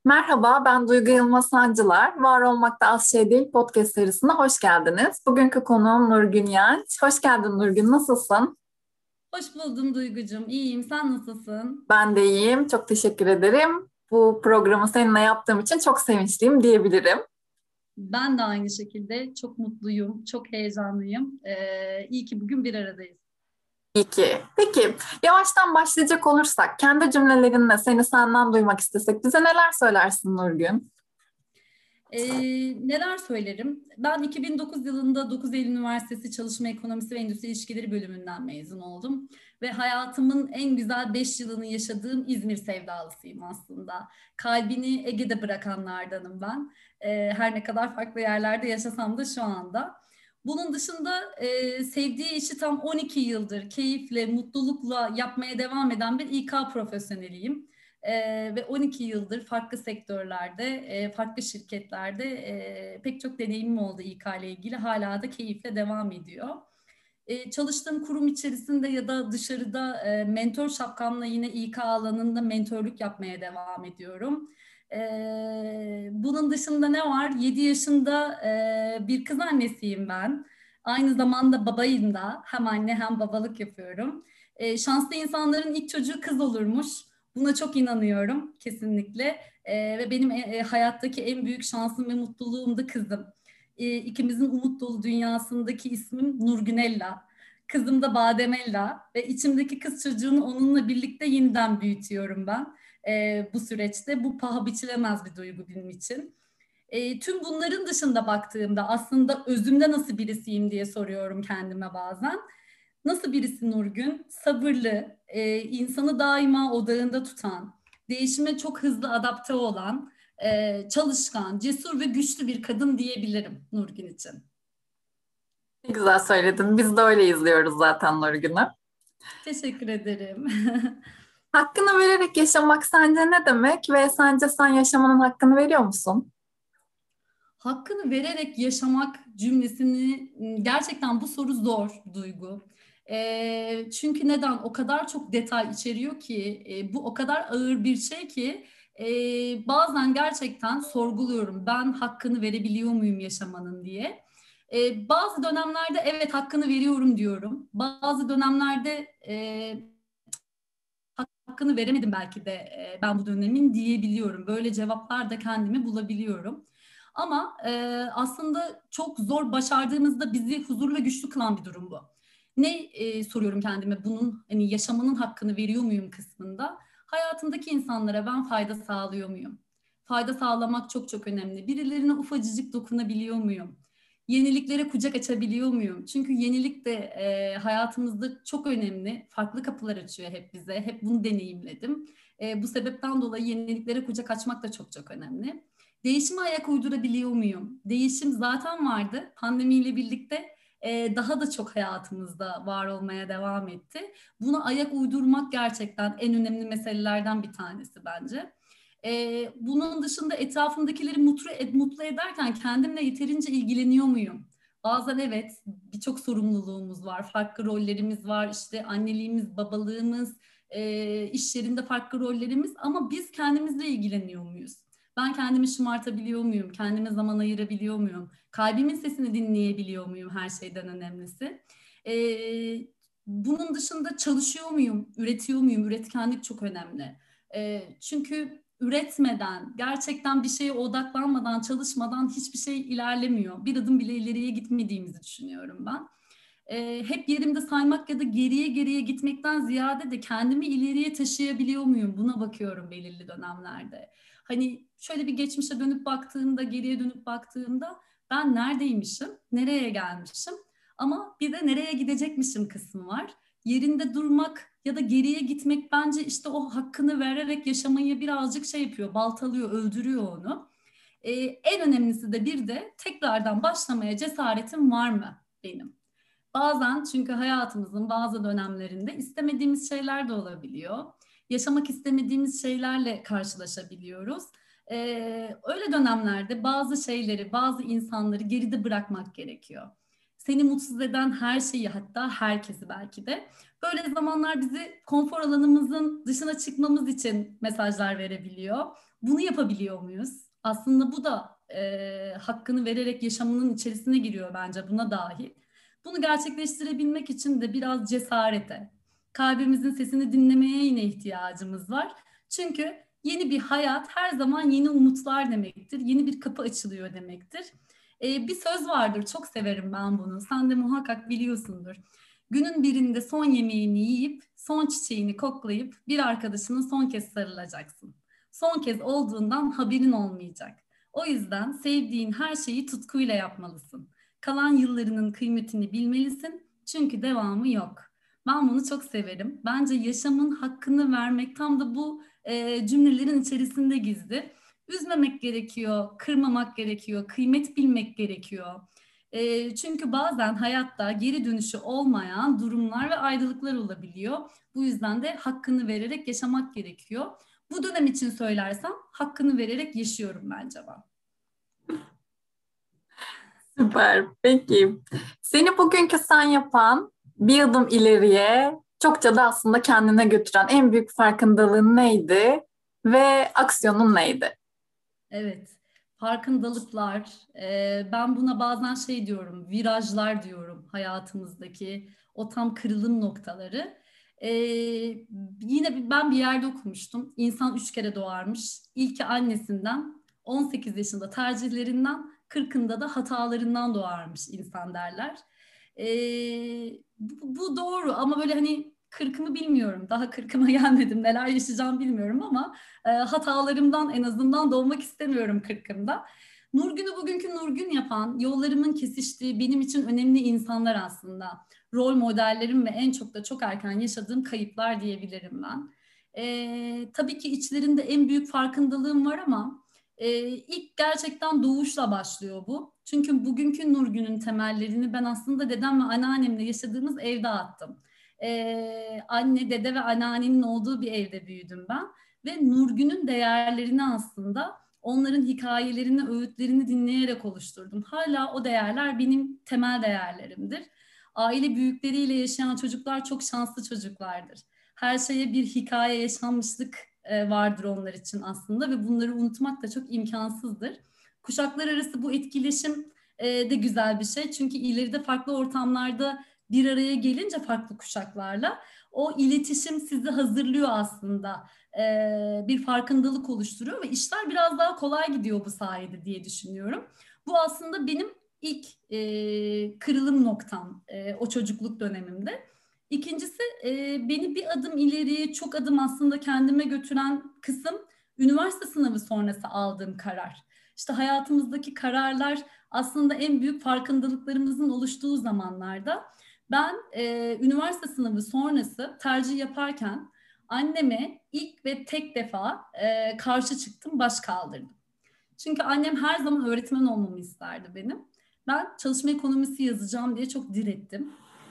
Merhaba, ben Duygu Yılmaz Sancılar. Var Olmakta Az Şey Değil podcast serisine hoş geldiniz. Bugünkü konuğum Nurgün Yenç. Hoş geldin Nurgün, nasılsın? Hoş buldum Duygucuğum. İyiyim. Sen nasılsın? Ben de iyiyim, çok teşekkür ederim. Bu programı seninle yaptığım için çok sevinçliyim diyebilirim. Ben de aynı şekilde çok mutluyum, çok heyecanlıyım. İyi ki bugün bir aradayız. İyi ki. Peki, yavaştan başlayacak olursak, kendi cümlelerinle seni senden duymak istesek bize neler söylersin Nurgün? Neler söylerim? Ben 2009 yılında 9 Eylül Üniversitesi Çalışma Ekonomisi ve Endüstri İlişkileri bölümünden mezun oldum. Ve hayatımın en güzel 5 yılını yaşadığım İzmir sevdalısıyım aslında. Kalbini Ege'de bırakanlardanım ben. Her ne kadar farklı yerlerde yaşasam da şu anda. Bunun dışında sevdiği işi tam 12 yıldır keyifle, mutlulukla yapmaya devam eden bir İK profesyoneliyim. Ve 12 yıldır farklı sektörlerde, farklı şirketlerde pek çok deneyimim oldu İK ile ilgili. Hala da keyifle devam ediyor. Çalıştığım kurum içerisinde ya da dışarıda mentor şapkamla yine İK alanında mentorluk yapmaya devam ediyorum. Bunun dışında ne var? 7 yaşında bir kız annesiyim ben. Aynı zamanda babayım da. Hem anne hem babalık yapıyorum. Şanslı insanların ilk çocuğu kız olurmuş. Buna çok inanıyorum kesinlikle. Ve benim hayattaki en büyük şansım ve mutluluğum da kızım. İkimizin umut dolu dünyasındaki ismim Nurgünella. Kızım da Bademella ve içimdeki kız çocuğunu onunla birlikte yeniden büyütüyorum ben. Bu süreçte. Bu paha biçilemez bir duygu benim için. Tüm bunların dışında baktığımda aslında özümde nasıl birisiyim diye soruyorum kendime bazen. Nasıl birisi Nurgün? Sabırlı, insanı daima odağında tutan, değişime çok hızlı adapte olan, çalışkan, cesur ve güçlü bir kadın diyebilirim Nurgün için. Ne güzel söyledin. Biz de öyle izliyoruz zaten Nurgün'ü. Teşekkür ederim. Hakkını vererek yaşamak sence ne demek ve sence sen yaşamanın hakkını veriyor musun? Hakkını vererek yaşamak cümlesini gerçekten bu soru zor Duygu. Çünkü neden? O kadar çok detay içeriyor ki bu o kadar ağır bir şey ki bazen gerçekten sorguluyorum. Ben hakkını verebiliyor muyum yaşamanın diye. Bazı dönemlerde evet hakkını veriyorum diyorum. Bazı dönemlerde hakkını veremedim belki de ben bu dönemin diyebiliyorum. Böyle cevaplar da kendimi bulabiliyorum. Ama aslında çok zor başardığımızda bizi huzurlu ve güçlü kılan bir durum bu. Ne soruyorum kendime bunun hani yaşamanın hakkını veriyor muyum kısmında? Hayatımdaki insanlara ben fayda sağlıyor muyum? Fayda sağlamak çok çok önemli. Birilerine ufacıcık dokunabiliyor muyum? Yeniliklere kucak açabiliyor muyum? Çünkü yenilik de hayatımızda çok önemli. Farklı kapılar açıyor hep bize. Hep bunu deneyimledim. Bu sebepten dolayı yeniliklere kucak açmak da çok çok önemli. Değişime ayak uydurabiliyor muyum? Değişim zaten vardı. Pandemiyle birlikte daha da çok hayatımızda var olmaya devam etti. Buna ayak uydurmak gerçekten en önemli meselelerden bir tanesi bence. Bunun dışında etrafımdakileri mutlu ederken kendimle yeterince ilgileniyor muyum? Bazen evet birçok sorumluluğumuz var, farklı rollerimiz var, işte anneliğimiz, babalığımız, iş yerinde farklı rollerimiz ama biz kendimizle ilgileniyor muyuz? Ben kendimi şımartabiliyor muyum? Kendime zaman ayırabiliyor muyum? Kalbimin sesini dinleyebiliyor muyum her şeyden önemlisi? Bunun dışında çalışıyor muyum? Üretiyor muyum? Üretkenlik çok önemli. Çünkü üretmeden, gerçekten bir şeye odaklanmadan, çalışmadan hiçbir şey ilerlemiyor. Bir adım bile ileriye gitmediğimizi düşünüyorum ben. Hep yerimde saymak ya da geriye geriye gitmekten ziyade de kendimi ileriye taşıyabiliyor muyum? Buna bakıyorum belirli dönemlerde. Hani şöyle bir geçmişe dönüp baktığımda, geriye dönüp baktığımda ben neredeymişim, nereye gelmişim ama bir de nereye gidecekmişim kısmı var. Yerinde durmak ya da geriye gitmek bence işte o hakkını vererek yaşamayı birazcık şey yapıyor, baltalıyor, öldürüyor onu. En önemlisi de bir de tekrardan başlamaya cesaretim var mı benim? Bazen çünkü hayatımızın bazı dönemlerinde istemediğimiz şeyler de olabiliyor. Yaşamak istemediğimiz şeylerle karşılaşabiliyoruz. Öyle dönemlerde bazı şeyleri, bazı insanları geride bırakmak gerekiyor. Seni mutsuz eden her şeyi hatta herkesi belki de. Böyle zamanlar bizi konfor alanımızın dışına çıkmamız için mesajlar verebiliyor. Bunu yapabiliyor muyuz? Aslında bu da hakkını vererek yaşamının içerisine giriyor bence, buna dahil. Bunu gerçekleştirebilmek için de biraz cesarete, kalbimizin sesini dinlemeye yine ihtiyacımız var. Çünkü yeni bir hayat her zaman yeni umutlar demektir. Yeni bir kapı açılıyor demektir. Bir söz vardır, çok severim ben bunu. Sen de muhakkak biliyorsundur. Günün birinde son yemeğini yiyip, son çiçeğini koklayıp bir arkadaşına son kez sarılacaksın. Son kez olduğundan haberin olmayacak. O yüzden sevdiğin her şeyi tutkuyla yapmalısın. Kalan yıllarının kıymetini bilmelisin. Çünkü devamı yok. Ben bunu çok severim. Bence yaşamın hakkını vermek tam da bu cümlelerin içerisinde gizli. Üzmemek gerekiyor, kırmamak gerekiyor, kıymet bilmek gerekiyor. Çünkü bazen hayatta geri dönüşü olmayan durumlar ve ayrılıklar olabiliyor. Bu yüzden de hakkını vererek yaşamak gerekiyor. Bu dönem için söylersem hakkını vererek yaşıyorum bence ben. Süper. Peki. Seni bugünkü sen yapan bir adım ileriye çokça da aslında kendine götüren en büyük farkındalığın neydi ve aksiyonun neydi? Evet, farkındalıklar. Ben buna bazen şey diyorum, virajlar diyorum hayatımızdaki o tam kırılım noktaları. Ee, Yine ben bir yerde okumuştum. İnsan 3 kere doğarmış. İlki annesinden, 18 yaşında tercihlerinden, 40'ında da hatalarından doğarmış insan derler. Bu doğru ama böyle hani 40'ımı bilmiyorum. Daha 40'ıma gelmedim. Neler yaşayacağım bilmiyorum ama hatalarımdan en azından doğmak istemiyorum 40'ımda. Nurgün'ü bugünkü Nurgün yapan, yollarımın kesiştiği benim için önemli insanlar aslında. Rol modellerim ve en çok da çok erken yaşadığım kayıplar diyebilirim ben. Tabii ki içlerinde en büyük farkındalığım var ama ilk gerçekten doğuşla başlıyor bu. Çünkü bugünkü Nurgün'ün temellerini ben aslında dedem ve anneannemle yaşadığımız evde attım. Anne, dede ve anneannenin olduğu bir evde büyüdüm ben. Ve Nurgün'ün değerlerini aslında onların hikayelerini, öğütlerini dinleyerek oluşturdum. Hala o değerler benim temel değerlerimdir. Aile büyükleriyle yaşayan çocuklar çok şanslı çocuklardır. Her şeye bir hikaye, yaşanmışlık vardır onlar için aslında ve bunları unutmak da çok imkansızdır. Kuşaklar arası bu etkileşim de güzel bir şey. Çünkü ileride farklı ortamlarda bir araya gelince farklı kuşaklarla o iletişim sizi hazırlıyor aslında. Bir farkındalık oluşturuyor ve işler biraz daha kolay gidiyor bu sayede diye düşünüyorum. Bu aslında benim ilk kırılım noktam o çocukluk dönemimde. İkincisi beni bir adım ileriye, çok adım aslında kendime götüren kısım üniversite sınavı sonrası aldığım karar. İşte hayatımızdaki kararlar aslında en büyük farkındalıklarımızın oluştuğu zamanlarda ben üniversite sınavı sonrası tercih yaparken anneme ilk ve tek defa karşı çıktım, baş kaldırdım. Çünkü annem her zaman öğretmen olmamı isterdi benim. Ben çalışma ekonomisi yazacağım diye çok direttim.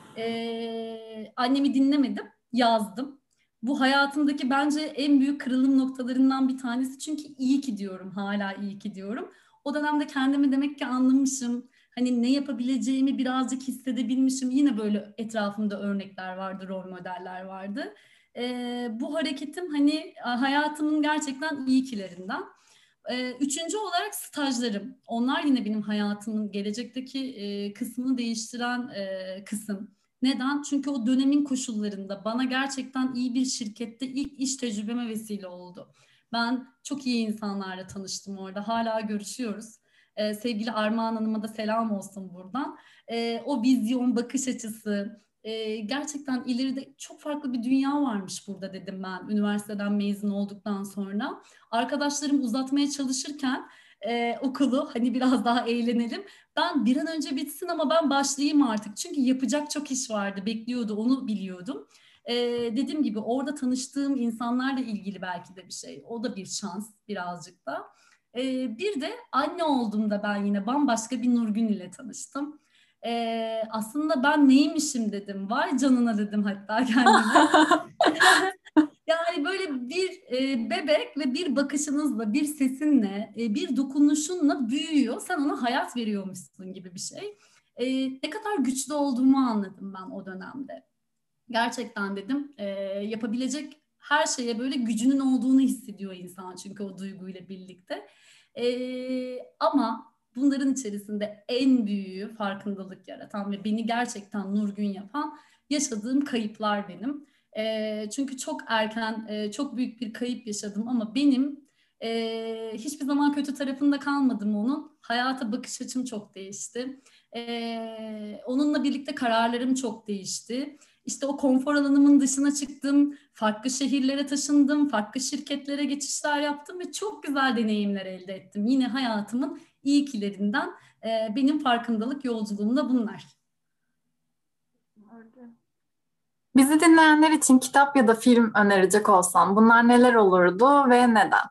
Annemi dinlemedim, yazdım. Bu hayatımdaki bence en büyük kırılım noktalarından bir tanesi. Çünkü iyi ki diyorum, hala iyi ki diyorum. O dönemde kendimi demek ki anlamışım. Hani ne yapabileceğimi birazcık hissedebilmişim. Yine böyle etrafımda örnekler vardı, rol modeller vardı. Bu hareketim hani hayatımın gerçekten iyi kilerinden. Üçüncü olarak stajlarım. Onlar yine benim hayatımın gelecekteki kısmını değiştiren kısım. Neden? Çünkü o dönemin koşullarında bana gerçekten iyi bir şirkette ilk iş tecrübeme vesile oldu. Ben çok iyi insanlarla tanıştım orada. Hala görüşüyoruz. Sevgili Armağan Hanım'a da selam olsun buradan. O vizyon, bakış açısı, gerçekten ileride çok farklı bir dünya varmış burada dedim ben üniversiteden mezun olduktan sonra. Arkadaşlarım uzatmaya çalışırken okulu hani biraz daha eğlenelim. Ben bir an önce bitsin ama ben başlayayım artık. Çünkü yapacak çok iş vardı, bekliyordu, onu biliyordum. Dediğim gibi orada tanıştığım insanlarla ilgili belki de bir şey. O da bir şans birazcık da. Bir de anne olduğumda ben yine bambaşka bir Nurgün ile tanıştım. Aslında ben neymişim dedim. Vay canına dedim hatta kendime. Yani böyle bir bebek ve bir bakışınızla, bir sesinle, bir dokunuşunla büyüyor. Sen ona hayat veriyormuşsun gibi bir şey. Ne kadar güçlü olduğumu anladım ben o dönemde. Gerçekten dedim yapabilecek her şeye böyle gücünün olduğunu hissediyor insan çünkü o duyguyla birlikte. Ama bunların içerisinde en büyüğü farkındalık yaratan ve beni gerçekten nurgün yapan yaşadığım kayıplar benim. Çünkü çok erken, çok büyük bir kayıp yaşadım ama benim hiçbir zaman kötü tarafında kalmadım onun. Hayata bakış açım çok değişti. Onunla birlikte kararlarım çok değişti. İşte o konfor alanımın dışına çıktım, farklı şehirlere taşındım, farklı şirketlere geçişler yaptım ve çok güzel deneyimler elde ettim. Yine hayatımın ilklerinden benim farkındalık yolculuğumda bunlar. Bizi dinleyenler için kitap ya da film önerecek olsan bunlar neler olurdu ve neden?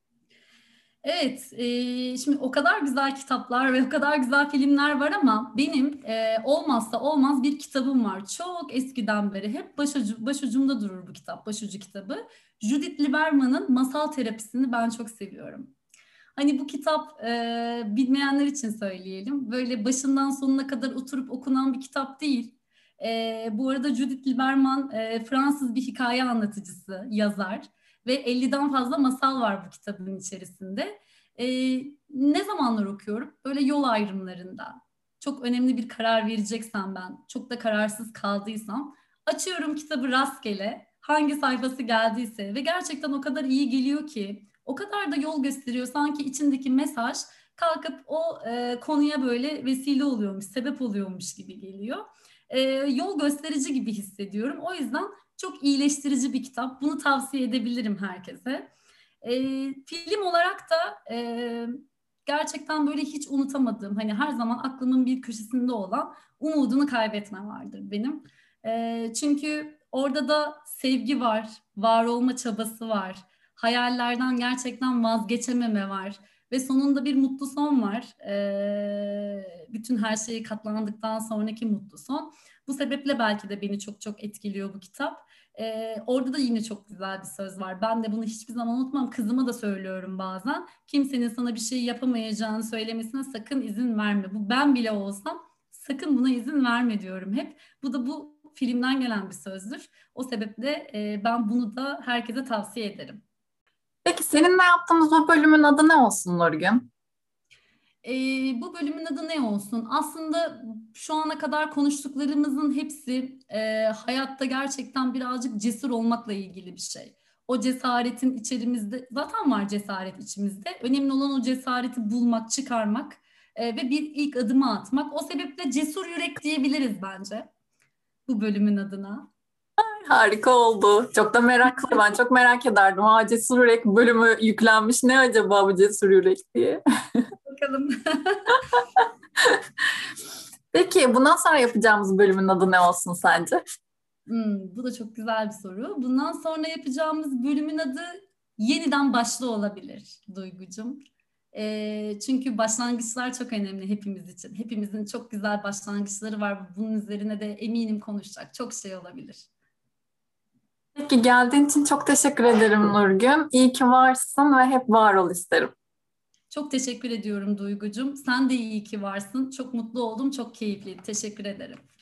Evet, şimdi o kadar güzel kitaplar ve o kadar güzel filmler var ama benim olmazsa olmaz bir kitabım var. Çok eskiden beri hep başucumda durur bu kitap, başucu kitabı. Judith Lieberman'ın Masal Terapisi'ni ben çok seviyorum. Hani bu kitap bilmeyenler için söyleyelim. Böyle başından sonuna kadar oturup okunan bir kitap değil. Bu arada Judith Lieberman Fransız bir hikaye anlatıcısı, yazar ve 50'den fazla masal var bu kitabın içerisinde. E, Ne zamanlar okuyorum? Böyle yol ayrımlarında. Çok önemli bir karar vereceksem ben, çok da kararsız kaldıysam açıyorum kitabı rastgele, hangi sayfası geldiyse ve gerçekten o kadar iyi geliyor ki, o kadar da yol gösteriyor sanki içindeki mesaj kalkıp o konuya böyle vesile oluyormuş, sebep oluyormuş gibi geliyor. Yol gösterici gibi hissediyorum. O yüzden çok iyileştirici bir kitap. Bunu tavsiye edebilirim herkese. Film olarak da gerçekten böyle hiç unutamadığım, hani her zaman aklımın bir köşesinde olan Umudunu Kaybetme vardır benim. Çünkü orada da sevgi var, var olma çabası var, hayallerden gerçekten vazgeçememe var ve sonunda bir mutlu son var. Bütün her şeyi katlandıktan sonraki mutlu son. Bu sebeple belki de beni çok çok etkiliyor bu kitap. Orada da yine çok güzel bir söz var. Ben de bunu hiçbir zaman unutmam. Kızıma da söylüyorum bazen. Kimsenin sana bir şey yapamayacağını söylemesine sakın izin verme. Bu ben bile olsam sakın buna izin verme diyorum hep. Bu da bu filmden gelen bir sözdür. O sebeple ben bunu da herkese tavsiye ederim. Peki seninle yaptığımız bu bölümün adı ne olsun Nurgün? Bu bölümün adı ne olsun? Aslında şu ana kadar konuştuklarımızın hepsi hayatta gerçekten birazcık cesur olmakla ilgili bir şey. O cesaretin içerimizde zaten var, cesaret içimizde. Önemli olan o cesareti bulmak, çıkarmak ve bir ilk adımı atmak. O sebeple cesur yürek diyebiliriz bence bu bölümün adına. Harika oldu. Çok da meraklı. Ben çok merak ederdim. Aa, Cesur Yürek bölümü yüklenmiş. Ne acaba bu Cesur Yürek diye. Bakalım. Peki bundan sonra yapacağımız bölümün adı ne olsun sence? Bu da çok güzel bir soru. Bundan sonra yapacağımız bölümün adı yeniden başla olabilir Duygucum. Çünkü başlangıçlar çok önemli hepimiz için. Hepimizin çok güzel başlangıçları var. Bunun üzerine de eminim konuşacak çok şey olabilir. Peki geldiğin için çok teşekkür ederim Nurgün. İyi ki varsın ve hep var ol isterim. Çok teşekkür ediyorum Duygucum. Sen de iyi ki varsın. Çok mutlu oldum, çok keyifliydi. Teşekkür ederim.